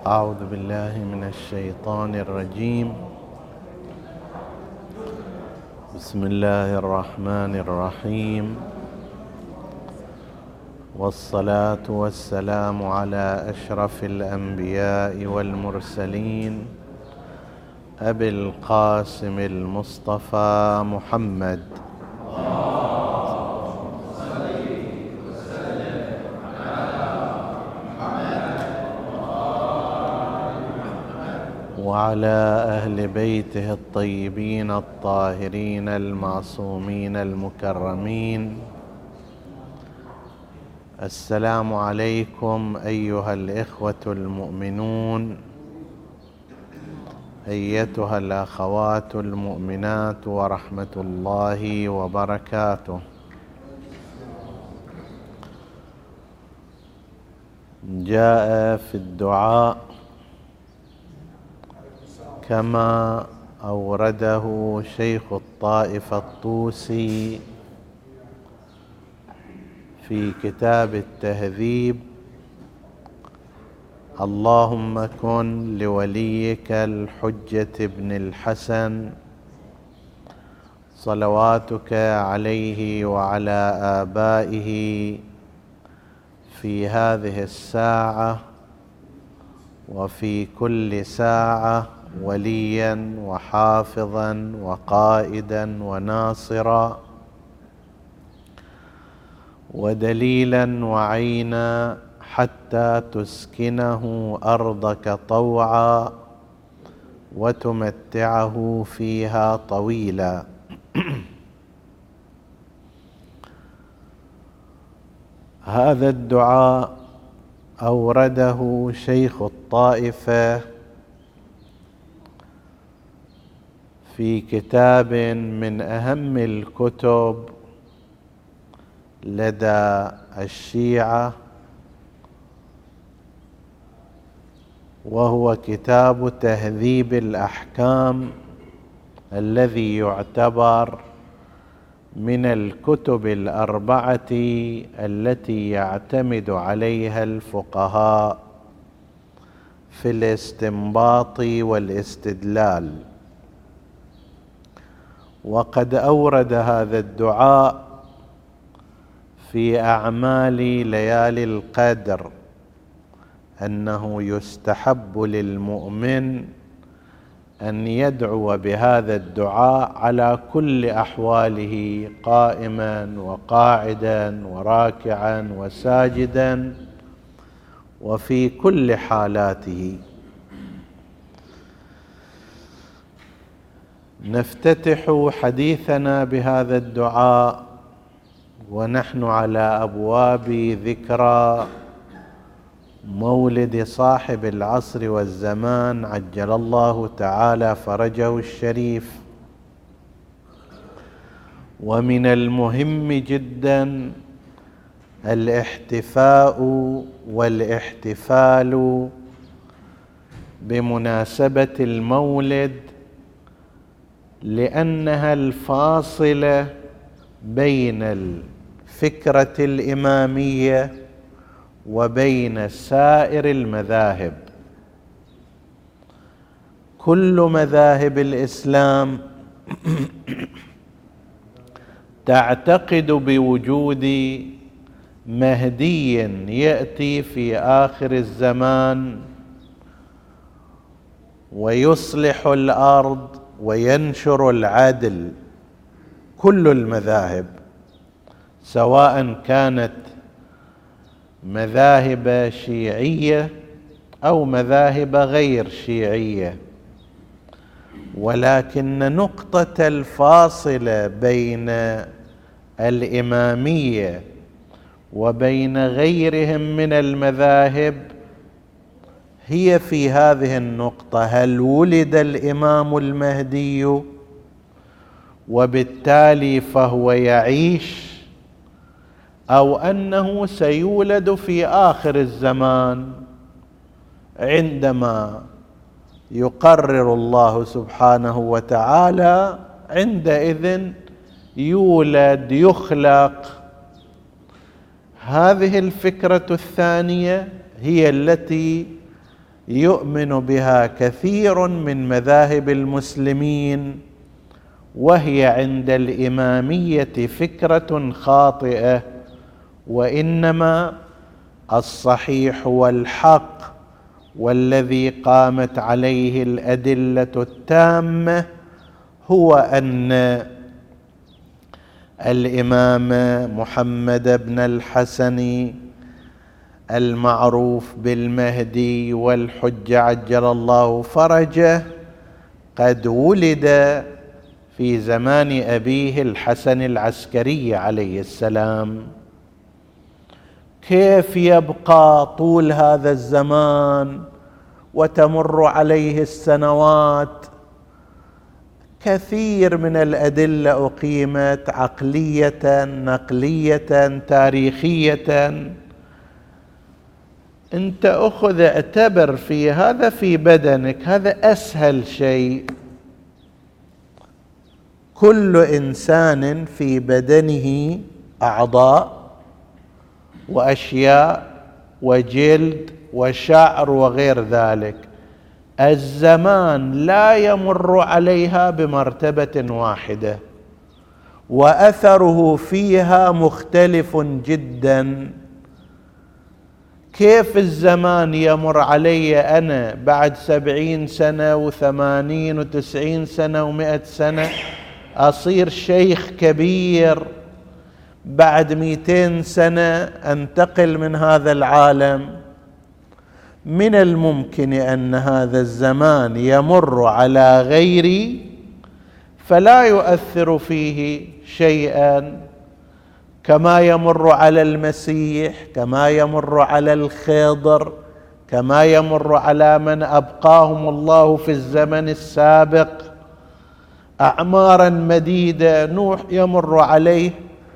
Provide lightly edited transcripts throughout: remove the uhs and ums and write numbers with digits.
أعوذ بالله من الشيطان الرجيم. بسم الله الرحمن الرحيم، والصلاة والسلام على أشرف الأنبياء والمرسلين أبي القاسم المصطفى محمد وعلى أهل بيته الطيبين الطاهرين المعصومين المكرمين. السلام عليكم أيها الإخوة المؤمنون، أيتها الأخوات المؤمنات، ورحمة الله وبركاته. جاء في الدعاء كما أورده شيخ الطائفة الطوسي في كتاب التهذيب: اللهم كن لوليك الحجة بن الحسن صلواتك عليه وعلى آبائه في هذه الساعة وفي كل ساعة وليا وحافظا وقائدا وناصرا ودليلا وعينا، حتى تسكنه أرضك طوعا وتمتعه فيها طويلا. هذا الدعاء أورده شيخ الطائفة في كتاب من أهم الكتب لدى الشيعة، وهو كتاب تهذيب الأحكام، الذي يعتبر من الكتب الأربعة التي يعتمد عليها الفقهاء في الاستنباط والاستدلال. وقد أورد هذا الدعاء في أعمال ليالي القدر أنه يستحب للمؤمن أن يدعو بهذا الدعاء على كل أحواله، قائما وقاعدا وراكعا وساجدا، وفي كل حالاته. نفتتح حديثنا بهذا الدعاء ونحن على أبواب ذكرى مولد صاحب العصر والزمان عجل الله تعالى فرجه الشريف. ومن المهم جدا الاحتفاء والاحتفال بمناسبة المولد، لأنها الفاصلة بين الفكرة الإمامية وبين سائر المذاهب. كل مذاهب الإسلام تعتقد بوجود مهدي يأتي في آخر الزمان ويصلح الأرض وينشر العدل. كل المذاهب، سواء كانت مذاهب شيعية أو مذاهب غير شيعية، ولكن نقطة الفاصلة بين الإمامية وبين غيرهم من المذاهب هي في هذه النقطة: هل ولد الإمام المهدي وبالتالي فهو يعيش، أو أنه سيولد في آخر الزمان عندما يقرر الله سبحانه وتعالى، عندئذ يولد يخلق. هذه الفكرة الثانية هي التي يؤمن بها كثير من مذاهب المسلمين، وهي عند الإمامية فكرة خاطئة، وإنما الصحيح والحق والذي قامت عليه الأدلة التامة هو أن الإمام محمد بن الحسن المعروف بالمهدي والحجة عجل الله فرجه قد ولد في زمان أبيه الحسن العسكري عليه السلام. كيف يبقى طول هذا الزمان وتمر عليه السنوات؟ كثير من الأدلة أقيمت عقلية نقلية تاريخية. أنت اعتبر في هذا في بدنك، هذا أسهل شيء. كل إنسان في بدنه أعضاء وأشياء وجلد وشعر وغير ذلك، الزمان لا يمر عليها بمرتبة واحدة، وأثره فيها مختلف جدا. كيف الزمان يمر علي أنا بعد 70 سنة و80 و90 سنة و100 سنة، أصير شيخ كبير، بعد 200 سنة أنتقل من هذا العالم. من الممكن أن هذا الزمان يمر على غيري فلا يؤثر فيه شيئا، كما يمر على المسيح، كما يمر على الخضر، كما يمر على من أبقاهم الله في الزمن السابق أعمارا مديدة. نوح يمر عليه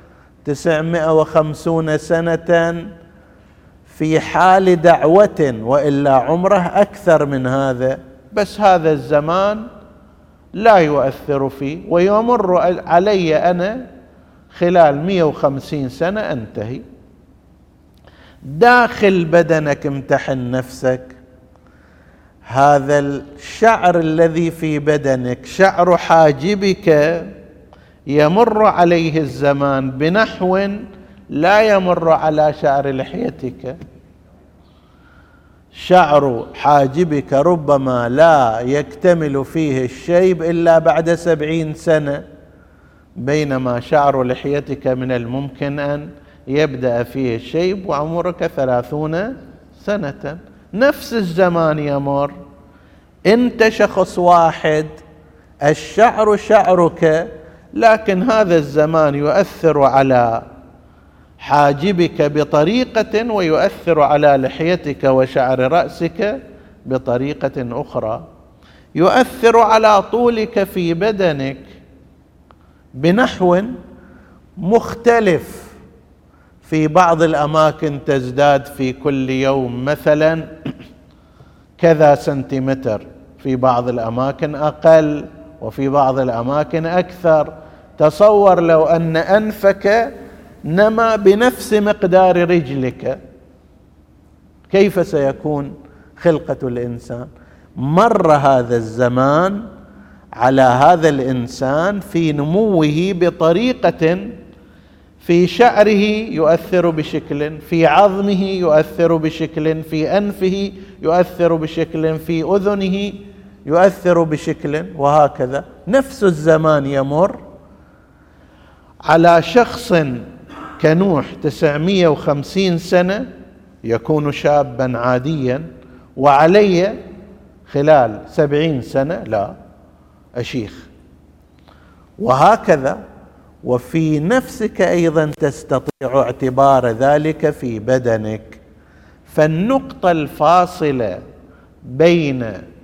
950 سنة في حال دعوة، وإلا عمره أكثر من هذا، بس هذا الزمان لا يؤثر فيه، ويمر علي أنا خلال 150 سنة أنتهي. داخل بدنك امتحن نفسك، هذا الشعر الذي في بدنك، شعر حاجبك، يمر عليه الزمان بنحو لا يمر على شعر لحيتك. شعر حاجبك ربما لا يكتمل فيه الشيب إلا بعد 70 سنة، بينما شعر لحيتك من الممكن أن يبدأ فيه الشيب وعمرك 30 سنة. نفس الزمان يمر، أنت شخص واحد، الشعر شعرك، لكن هذا الزمان يؤثر على حاجبك بطريقة، ويؤثر على لحيتك وشعر رأسك بطريقة أخرى، يؤثر على طولك في بدنك بنحو مختلف. في بعض الأماكن تزداد في كل يوم مثلا كذا سنتيمتر، في بعض الأماكن أقل، وفي بعض الأماكن أكثر. تصور لو أن أنفك نما بنفس مقدار رجلك، كيف سيكون خلقة الإنسان؟ مر هذا الزمان على هذا الإنسان في نموه بطريقة، في شعره يؤثر بشكل، في عظمه يؤثر بشكل، في أنفه يؤثر بشكل، في أذنه يؤثر بشكل، وهكذا. نفس الزمان يمر على شخص كنوح 950 سنة يكون شابا عاديا، وعلي خلال 70 سنة لا أشيخ، وهكذا. وفي نفسك أيضا تستطيع اعتبار ذلك في بدنك. فالنقطة الفاصلة بين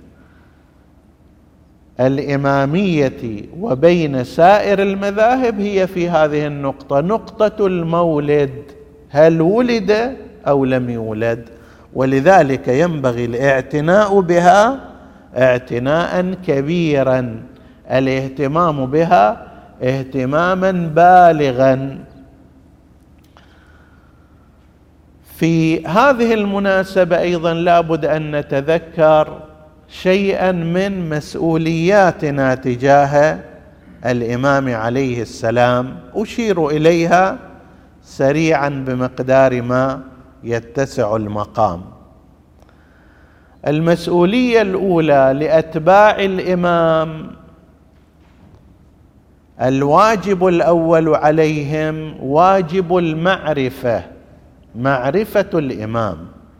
الإمامية وبين سائر المذاهب هي في هذه النقطة، نقطة المولد، هل ولد أو لم يولد؟ ولذلك ينبغي الاعتناء بها اعتناء كبيرا، الاهتمام بها اهتماما بالغا. في هذه المناسبة أيضا لابد أن نتذكر شيئا من مسؤولياتنا تجاه الإمام عليه السلام، أشير إليها سريعا بمقدار ما يتسع المقام. المسؤولية الأولى لأتباع الإمام، الواجب الأول عليهم واجب المعرفة، معرفة الإمام.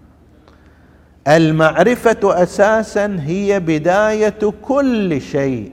المعرفة أساسا هي بداية كل شيء،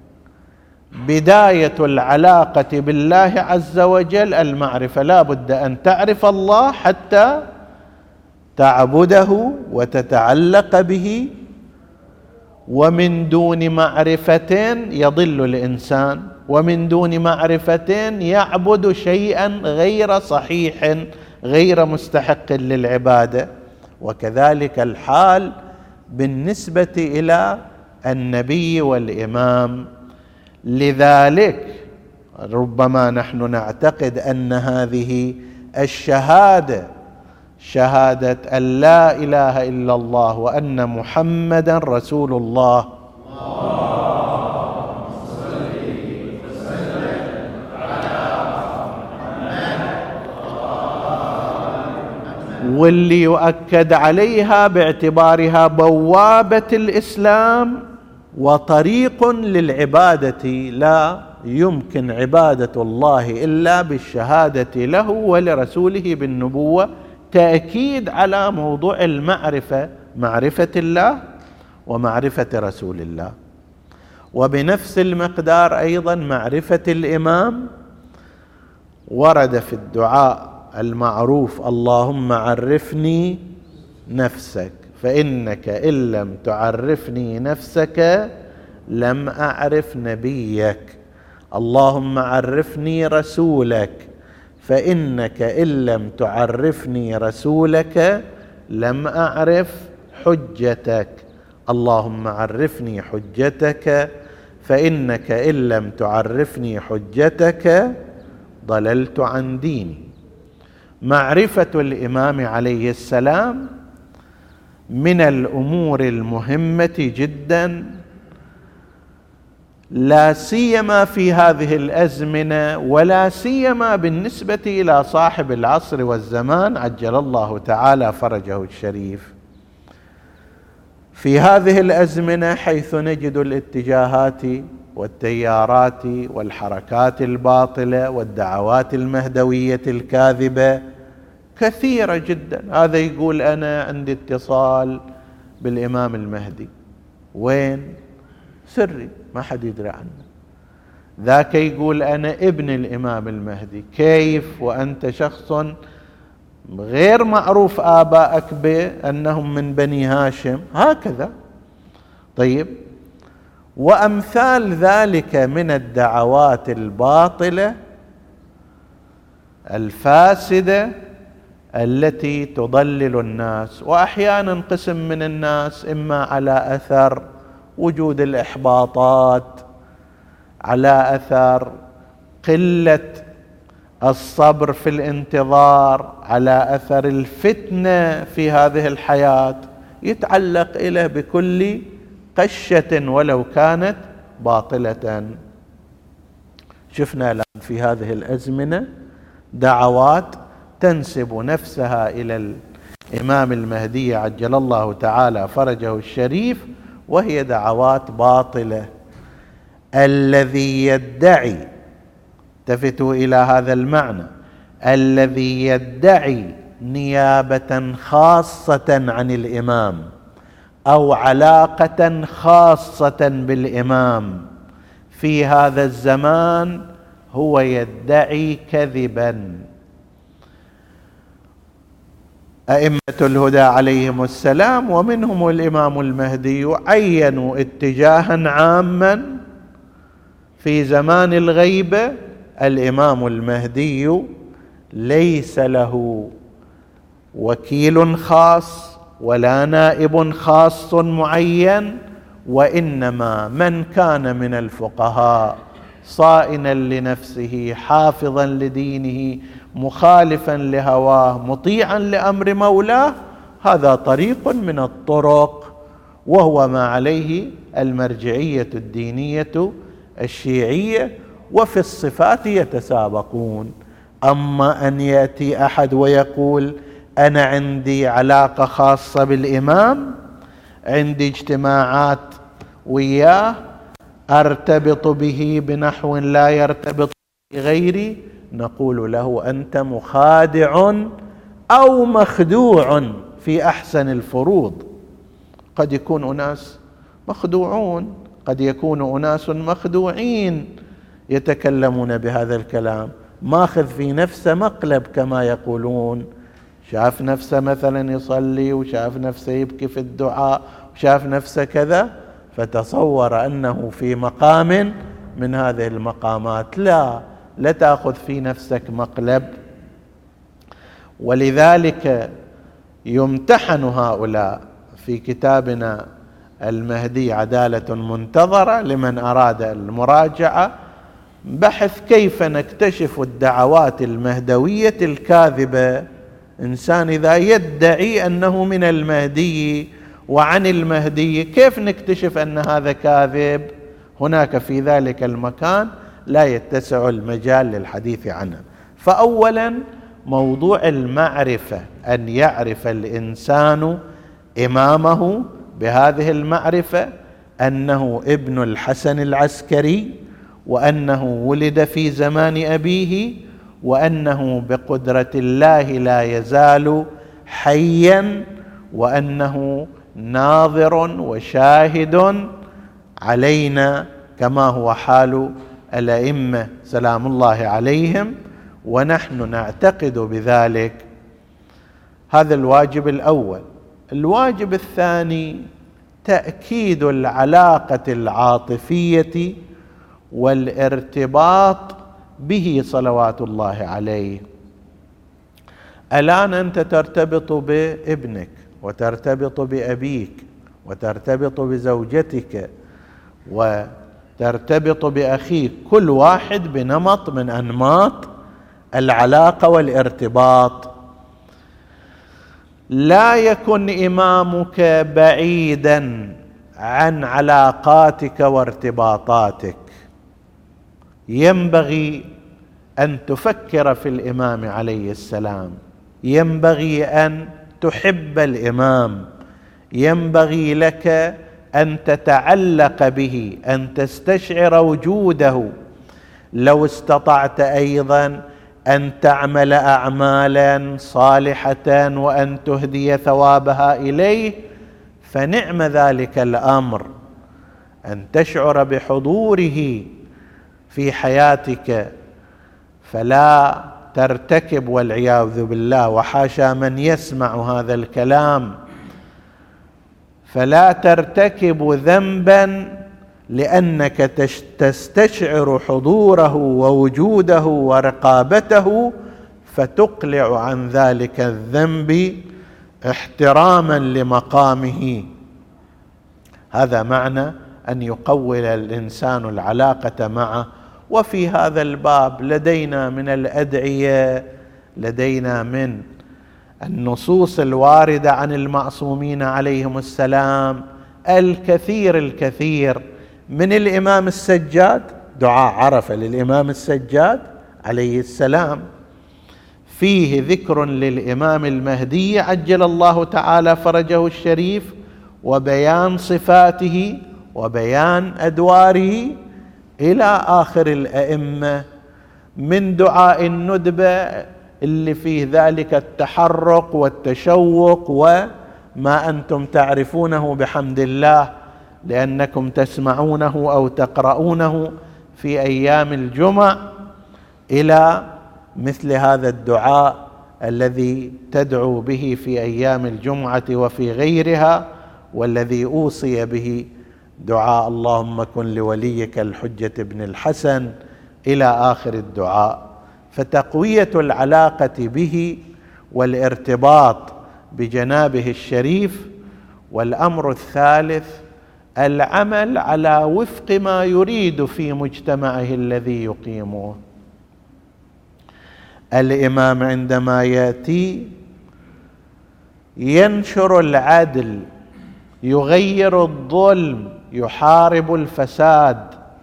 بداية العلاقة بالله عز وجل المعرفة. لا بد أن تعرف الله حتى تعبده وتتعلق به، ومن دون معرفتين يضل الإنسان، ومن دون معرفتين يعبد شيئا غير صحيح غير مستحق للعبادة. وكذلك الحال بالنسبة إلى النبي والإمام. لذلك ربما نحن نعتقد أن هذه الشهادة، شهادة أن لا إله إلا الله وأن محمدا رسول الله، واللي يؤكد عليها باعتبارها بوابة الإسلام وطريق للعبادة. لا يمكن عبادة الله إلا بالشهادة له ولرسوله بالنبوة، تأكيد على موضوع المعرفة، معرفة الله ومعرفة رسول الله. وبنفس المقدار أيضا معرفة الإمام. ورد في الدعاء المعروف: اللهم عرفني نفسك فإنك إن لم تعرفني نفسك لم أعرف نبيك. اللهم عرفني رسولك فإنك إن لم تعرفني رسولك لم أعرف حجتك. اللهم عرفني حجتك فإنك إن لم تعرفني حجتك ضللت عن ديني. معرفة الإمام عليه السلام من الأمور المهمة جدا، لا سيما في هذه الأزمنة، ولا سيما بالنسبة إلى صاحب العصر والزمان عجل الله تعالى فرجه الشريف. في هذه الأزمنة حيث نجد الاتجاهات والتيارات والحركات الباطلة والدعوات المهدوية الكاذبة كثيرة جدا. هذا يقول أنا عندي اتصال بالإمام المهدي، وين؟ سري ما حد يدري عنه. ذاك يقول أنا ابن الإمام المهدي. كيف وأنت شخص غير معروف آبائك بأنهم من بني هاشم؟ هكذا. طيب، وأمثال ذلك من الدعوات الباطلة الفاسدة التي تضلل الناس. وأحيانا قسم من الناس إما على أثر وجود الإحباطات، على أثر قلة الصبر في الانتظار، على أثر الفتنة في هذه الحياة، يتعلق إليه بكل قشة ولو كانت باطلة. شفنا الآن في هذه الأزمنة دعوات تنسب نفسها إلى الإمام المهدي عجل الله تعالى فرجه الشريف، وهي دعوات باطلة. الذي يدعي، التفتوا إلى هذا المعنى، الذي يدعي نيابة خاصة عن الإمام أو علاقة خاصة بالإمام في هذا الزمان هو يدعي كذبا. أئمة الهدى عليهم السلام ومنهم الإمام المهدي عينوا اتجاها عاما في زمان الغيبة: الإمام المهدي ليس له وكيل خاص ولا نائب خاص معين، وإنما من كان من الفقهاء صائنا لنفسه حافظا لدينه مخالفا لهواه مطيعا لأمر مولاه، هذا طريق من الطرق، وهو ما عليه المرجعية الدينية الشيعية، وفي الصفات يتسابقون. أما أن يأتي أحد ويقول أنا عندي علاقة خاصة بالإمام، عندي اجتماعات وياه، أرتبط به بنحو لا يرتبط بغيري، نقول له أنت مخادع أو مخدوع في أحسن الفروض. قد يكون أناس مخدوعون، قد يكون أناس مخدوعين يتكلمون بهذا الكلام، ماخذ في نفسه مقلب كما يقولون، شاف نفسه مثلا يصلي وشاف نفسه يبكي في الدعاء وشاف نفسه كذا، فتصور أنه في مقام من هذه المقامات. لا تأخذ في نفسك مقلب. ولذلك يمتحن هؤلاء في كتابنا المهدي عدالة منتظرة لمن أراد المراجعة، بحث كيف نكتشف الدعوات المهدوية الكاذبة. إنسان إذا يدعي أنه من المهدي وعن المهدي، كيف نكتشف أن هذا كاذب؟ هناك في ذلك المكان لا يتسع المجال للحديث عنه. فأولا موضوع المعرفة، أن يعرف الإنسان إمامه بهذه المعرفة، أنه ابن الحسن العسكري، وأنه ولد في زمان أبيه، وأنه بقدرة الله لا يزال حيا، وأنه ناظر وشاهد علينا كما هو حال الأئمة سلام الله عليهم، ونحن نعتقد بذلك. هذا الواجب الأول. الواجب الثاني تأكيد العلاقة العاطفية والارتباط به صلوات الله عليه. الآن أنت ترتبط بابنك، وترتبط بأبيك، وترتبط بزوجتك، وترتبط بأخيك، كل واحد بنمط من أنماط العلاقة والارتباط. لا يكن إمامك بعيدا عن علاقاتك وارتباطاتك. ينبغي أن تفكر في الإمام عليه السلام، ينبغي أن تحب الإمام، ينبغي لك أن تتعلق به، أن تستشعر وجوده. لو استطعت أيضا أن تعمل أعمالا صالحة وأن تهدي ثوابها إليه، فنعم ذلك الأمر، أن تشعر بحضوره في حياتك، فلا ترتكب والعياذ بالله، وحاشا من يسمع هذا الكلام، فلا ترتكب ذنبا لأنك تستشعر حضوره ووجوده ورقابته، فتقلع عن ذلك الذنب احتراما لمقامه. هذا معنى أن يقوّل الإنسان العلاقة معه. وفي هذا الباب لدينا من الأدعية، لدينا من النصوص الواردة عن المعصومين عليهم السلام الكثير. من الإمام السجاد، دعاء عرفة للإمام السجاد عليه السلام، فيه ذكر للإمام المهدي عجل الله تعالى فرجه الشريف، وبيان صفاته وبيان أدواره إلى آخر الأئمة، من دعاء الندبة اللي فيه ذلك التحرق والتشوق، وما أنتم تعرفونه بحمد الله لأنكم تسمعونه أو تقرؤونه في أيام الجمع، إلى مثل هذا الدعاء الذي تدعو به في أيام الجمعة وفي غيرها، والذي أوصي به دعاء اللهم كن لوليك الحجة بن الحسن إلى آخر الدعاء. فتقوية العلاقة به والارتباط بجنابه الشريف. والأمر الثالث العمل على وفق ما يريد في مجتمعه الذي يقيمه. الإمام عندما يأتي ينشر العدل، يغير الظلم، يحارب الفساد،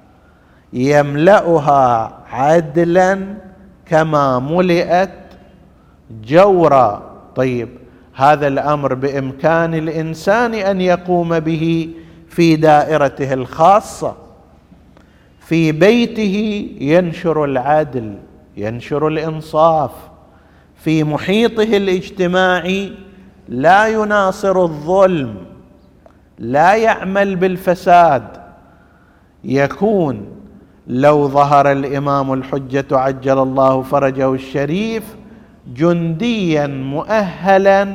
يملأها عدلا كما ملئت جورا. طيب، هذا الأمر بإمكان الإنسان أن يقوم به في دائرته الخاصة، في بيته ينشر العدل، ينشر الإنصاف، في محيطه الاجتماعي لا يناصر الظلم، لا يعمل بالفساد. يكون لو ظهر الإمام الحجة عجل الله فرجه الشريف جنديا مؤهلا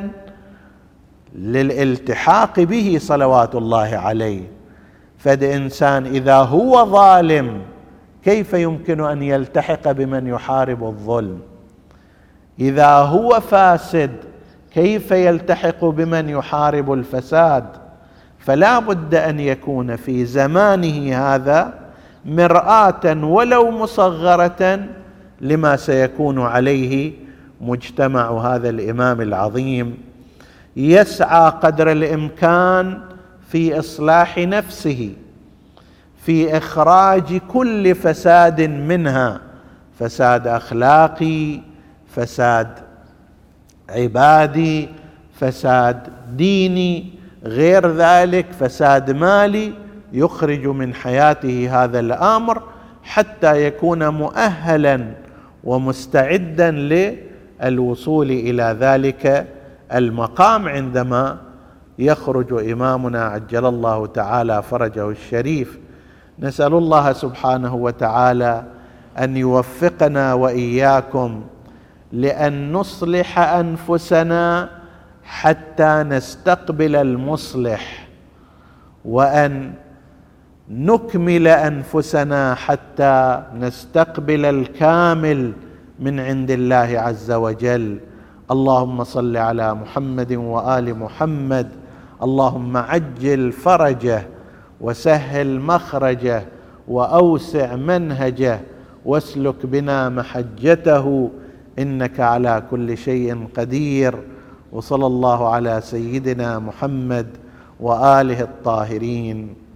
للالتحاق به صلوات الله عليه. فالإنسان إذا هو ظالم كيف يمكن أن يلتحق بمن يحارب الظلم؟ إذا هو فاسد كيف يلتحق بمن يحارب الفساد؟ فلا بد أن يكون في زمانه هذا مرآة ولو مصغرة لما سيكون عليه مجتمع هذا الإمام العظيم، يسعى قدر الإمكان في إصلاح نفسه، في إخراج كل فساد منها، فساد أخلاقي، فساد عبادي، فساد ديني، غير ذلك فساد مالي، يخرج من حياته هذا الأمر حتى يكون مؤهلا ومستعدا للوصول إلى ذلك المقام عندما يخرج إمامنا عجل الله تعالى فرجه الشريف. نسأل الله سبحانه وتعالى أن يوفقنا وإياكم لأن نصلح أنفسنا حتى نستقبل المصلح، وأن نكمل أنفسنا حتى نستقبل الكامل من عند الله عز وجل. اللهم صل على محمد وآل محمد. اللهم عجل فرجه وسهل مخرجه وأوسع منهجه واسلك بنا محجته، إنك على كل شيء قدير. وصلى الله على سيدنا محمد وآله الطاهرين.